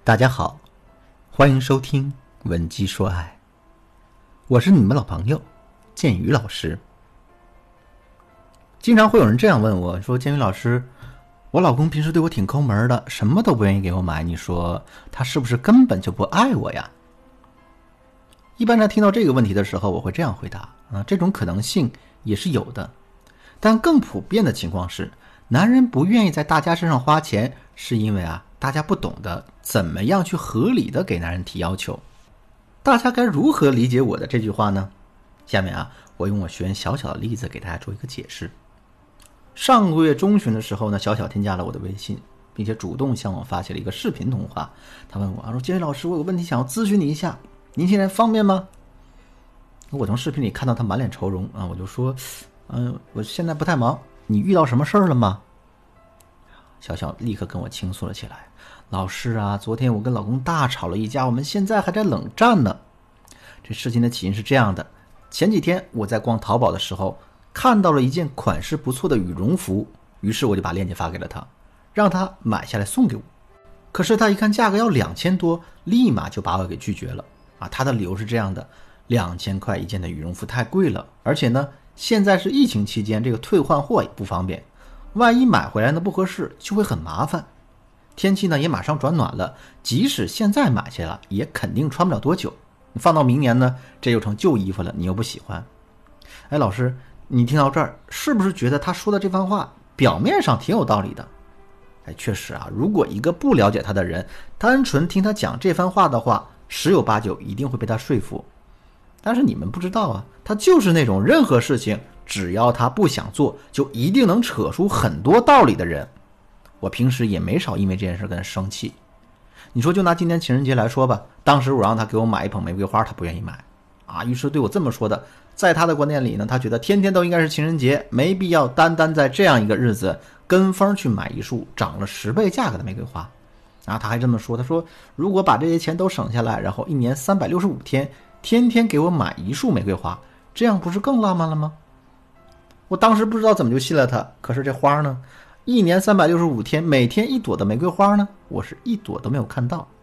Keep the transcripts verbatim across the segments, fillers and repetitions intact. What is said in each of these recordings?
大家好，欢迎收听文姬说爱，我是你们老朋友建宇老师。经常会有人这样问我说，建宇老师，我老公平时对我挺抠门的，什么都不愿意给我买，你说他是不是根本就不爱我呀？一般在听到这个问题的时候，我会这样回答啊，这种可能性也是有的，但更普遍的情况是，男人不愿意在大家身上花钱，是因为啊大家不懂得怎么样去合理的给男人提要求。大家该如何理解我的这句话呢？下面啊，我用我学员小小的例子给大家做一个解释。上个月中旬的时候呢，小小添加了我的微信，并且主动向我发起了一个视频通话。他问我，他说：“建宇老师，我有个问题想要咨询你一下，您现在方便吗？”我从视频里看到他满脸愁容啊，我就说：“嗯、呃，我现在不太忙，你遇到什么事儿了吗？”小小立刻跟我倾诉了起来。老师啊，昨天我跟老公大吵了一架，我们现在还在冷战呢。这事情的起因是这样的，前几天我在逛淘宝的时候，看到了一件款式不错的羽绒服，于是我就把链接发给了他，让他买下来送给我。可是他一看价格要两千多，立马就把我给拒绝了啊！他的理由是这样的：两千块一件的羽绒服太贵了，而且呢，现在是疫情期间，这个退换货也不方便，万一买回来呢不合适，就会很麻烦。天气呢也马上转暖了，即使现在买下来，也肯定穿不了多久。你放到明年呢，这又成旧衣服了，你又不喜欢。哎，老师，你听到这儿，是不是觉得他说的这番话表面上挺有道理的？哎，确实啊，如果一个不了解他的人，单纯听他讲这番话的话，十有八九一定会被他说服。但是你们不知道啊，他就是那种任何事情只要他不想做，就一定能扯出很多道理的人。我平时也没少因为这件事跟他生气。你说就拿今年情人节来说吧，当时我让他给我买一捧玫瑰花，他不愿意买啊，于是对我这么说的。在他的观念里呢，他觉得天天都应该是情人节，没必要单单在这样一个日子跟风去买一束涨了十倍价格的玫瑰花。然后他还这么说，他说如果把这些钱都省下来，然后一年三百六十五天天天给我买一束玫瑰花，这样不是更浪漫了吗？我当时不知道怎么就信了他，可是这花呢，一年三百六十五天每天一朵的玫瑰花呢，我是一朵都没有看到。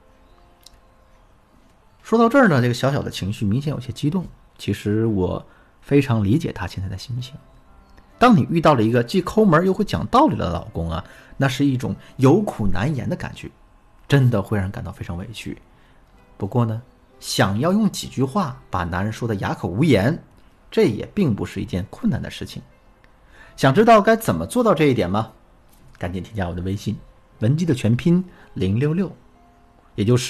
说到这儿呢，这个小小的情绪明显有些激动，其实我非常理解他现在的心情。当你遇到了一个既抠门又会讲道理的老公啊，那是一种有苦难言的感觉，真的会让人感到非常委屈。不过呢，想要用几句话把男人说的哑口无言，这也并不是一件困难的事情。想知道该怎么做到这一点吗？赶紧添加我的微信，文姬的全拼零六六，也就是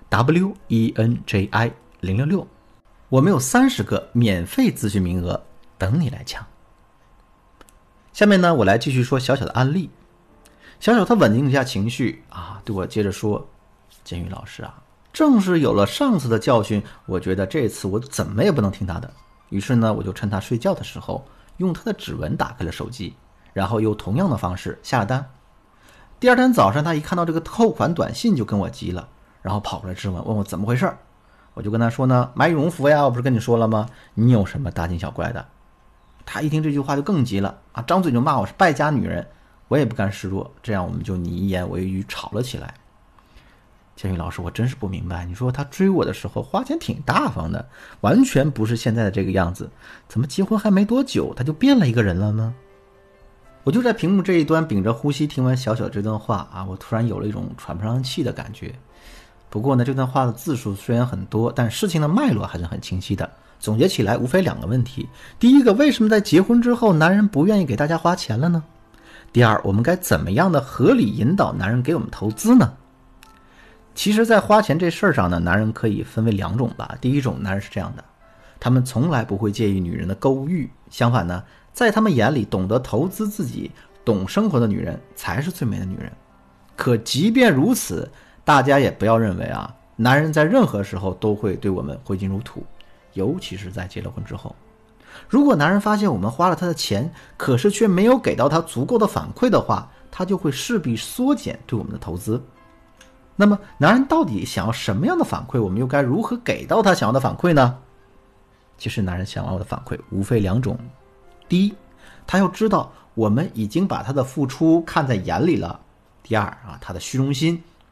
W E N J I 零六六。我们有三十个免费咨询名额等你来抢。下面呢，我来继续说小小的案例。小小他稳定了一下情绪啊，对我接着说：“建宇老师啊，正是有了上次的教训，我觉得这次我怎么也不能听他的。于是呢，我就趁他睡觉的时候，用他的指纹打开了手机，然后用同样的方式下了单。第二天早上，他一看到这个扣款短信就跟我急了，然后跑过来质问，问我怎么回事。我就跟他说呢，买羽绒服呀，我不是跟你说了吗？你有什么大惊小怪的？他一听这句话就更急了啊，张嘴就骂我是败家女人。我也不甘示弱，这样我们就你一言我一语吵了起来。建宇老师，我真是不明白，你说他追我的时候花钱挺大方的，完全不是现在的这个样子，怎么结婚还没多久他就变了一个人了呢？我就在屏幕这一端屏着呼吸听完小小这段话啊，我突然有了一种喘不上气的感觉。不过呢，这段话的字数虽然很多，但事情的脉络还是很清晰的。总结起来无非两个问题：第一个，为什么在结婚之后男人不愿意给大家花钱了呢？第二，我们该怎么样的合理引导男人给我们投资呢？其实在花钱这事儿上呢，男人可以分为两种吧。第一种，男人是这样的，他们从来不会介意女人的购物欲，相反呢，在他们眼里懂得投资自己、懂生活的女人才是最美的女人。可即便如此，大家也不要认为啊，男人在任何时候都会对我们挥金如土，尤其是在结了婚之后。如果男人发现我们花了他的钱，可是却没有给到他足够的反馈的话，他就会势必缩减对我们的投资。那么男人到底想要什么样的反馈，我们又该如何给到他想要的反馈呢？其实男人想要的反馈无非两种。第一，他要知道我们已经把他的付出看在眼里了。第二啊，他的虚荣心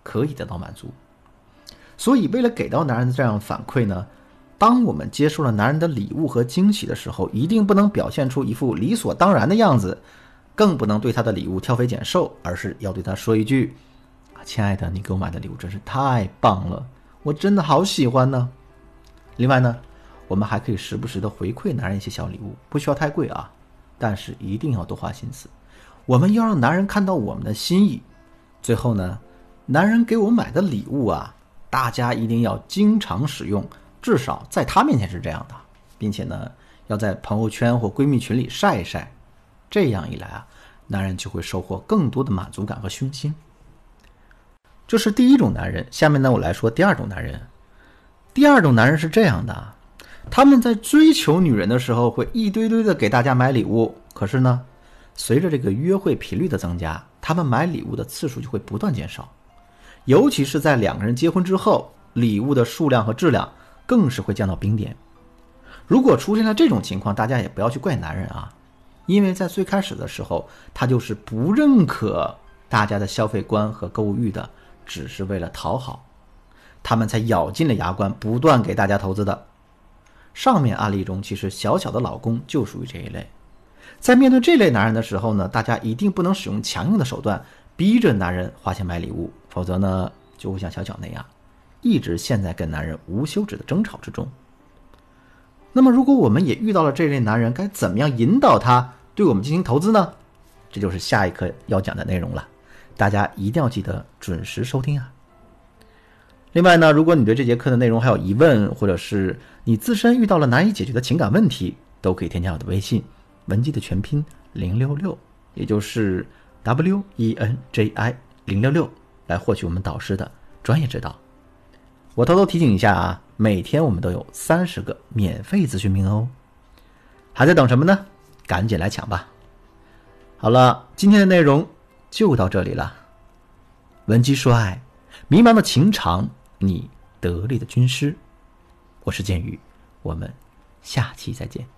可以得到满足。所以为了给到男人的这样反馈呢，当我们接受了男人的礼物和惊喜的时候，一定不能表现出一副理所当然的样子，更不能对他的礼物挑肥拣瘦，而是要对他说一句，亲爱的，你给我买的礼物真是太棒了，我真的好喜欢呢。另外呢，我们还可以时不时的回馈男人一些小礼物，不需要太贵啊，但是一定要多花心思。我们要让男人看到我们的心意。最后呢，男人给我买的礼物啊，大家一定要经常使用，至少在他面前是这样的，并且呢，要在朋友圈或闺蜜群里晒一晒。这样一来啊，男人就会收获更多的满足感和虚心。这是第一种男人。下面呢，我来说第二种男人。第二种男人是这样的，他们在追求女人的时候会一堆堆的给大家买礼物，可是呢，随着这个约会频率的增加，他们买礼物的次数就会不断减少。尤其是在两个人结婚之后，礼物的数量和质量更是会降到冰点。如果出现了这种情况，大家也不要去怪男人啊，因为在最开始的时候，他就是不认可大家的消费观和购物欲的，只是为了讨好，他们才咬尽了牙关，不断给大家投资的。上面案例中，其实小小的老公就属于这一类。在面对这类男人的时候呢，大家一定不能使用强硬的手段逼着男人花钱买礼物，否则呢，就会像小小那样，一直陷在跟男人无休止的争吵之中。那么如果我们也遇到了这类男人，该怎么样引导他对我们进行投资呢？这就是下一课要讲的内容了，大家一定要记得准时收听啊。另外呢，如果你对这节课的内容还有疑问，或者是你自身遇到了难以解决的情感问题，都可以添加我的微信文姬的全拼零六六，也就是 W E N J I 零六六，来获取我们导师的专业指导。我偷偷提醒一下啊，每天我们都有三十个免费咨询名额哦，还在等什么呢？赶紧来抢吧。好了，今天的内容就到这里了。文姬说爱，迷茫的情场，你得力的军师。我是建宇，我们下期再见。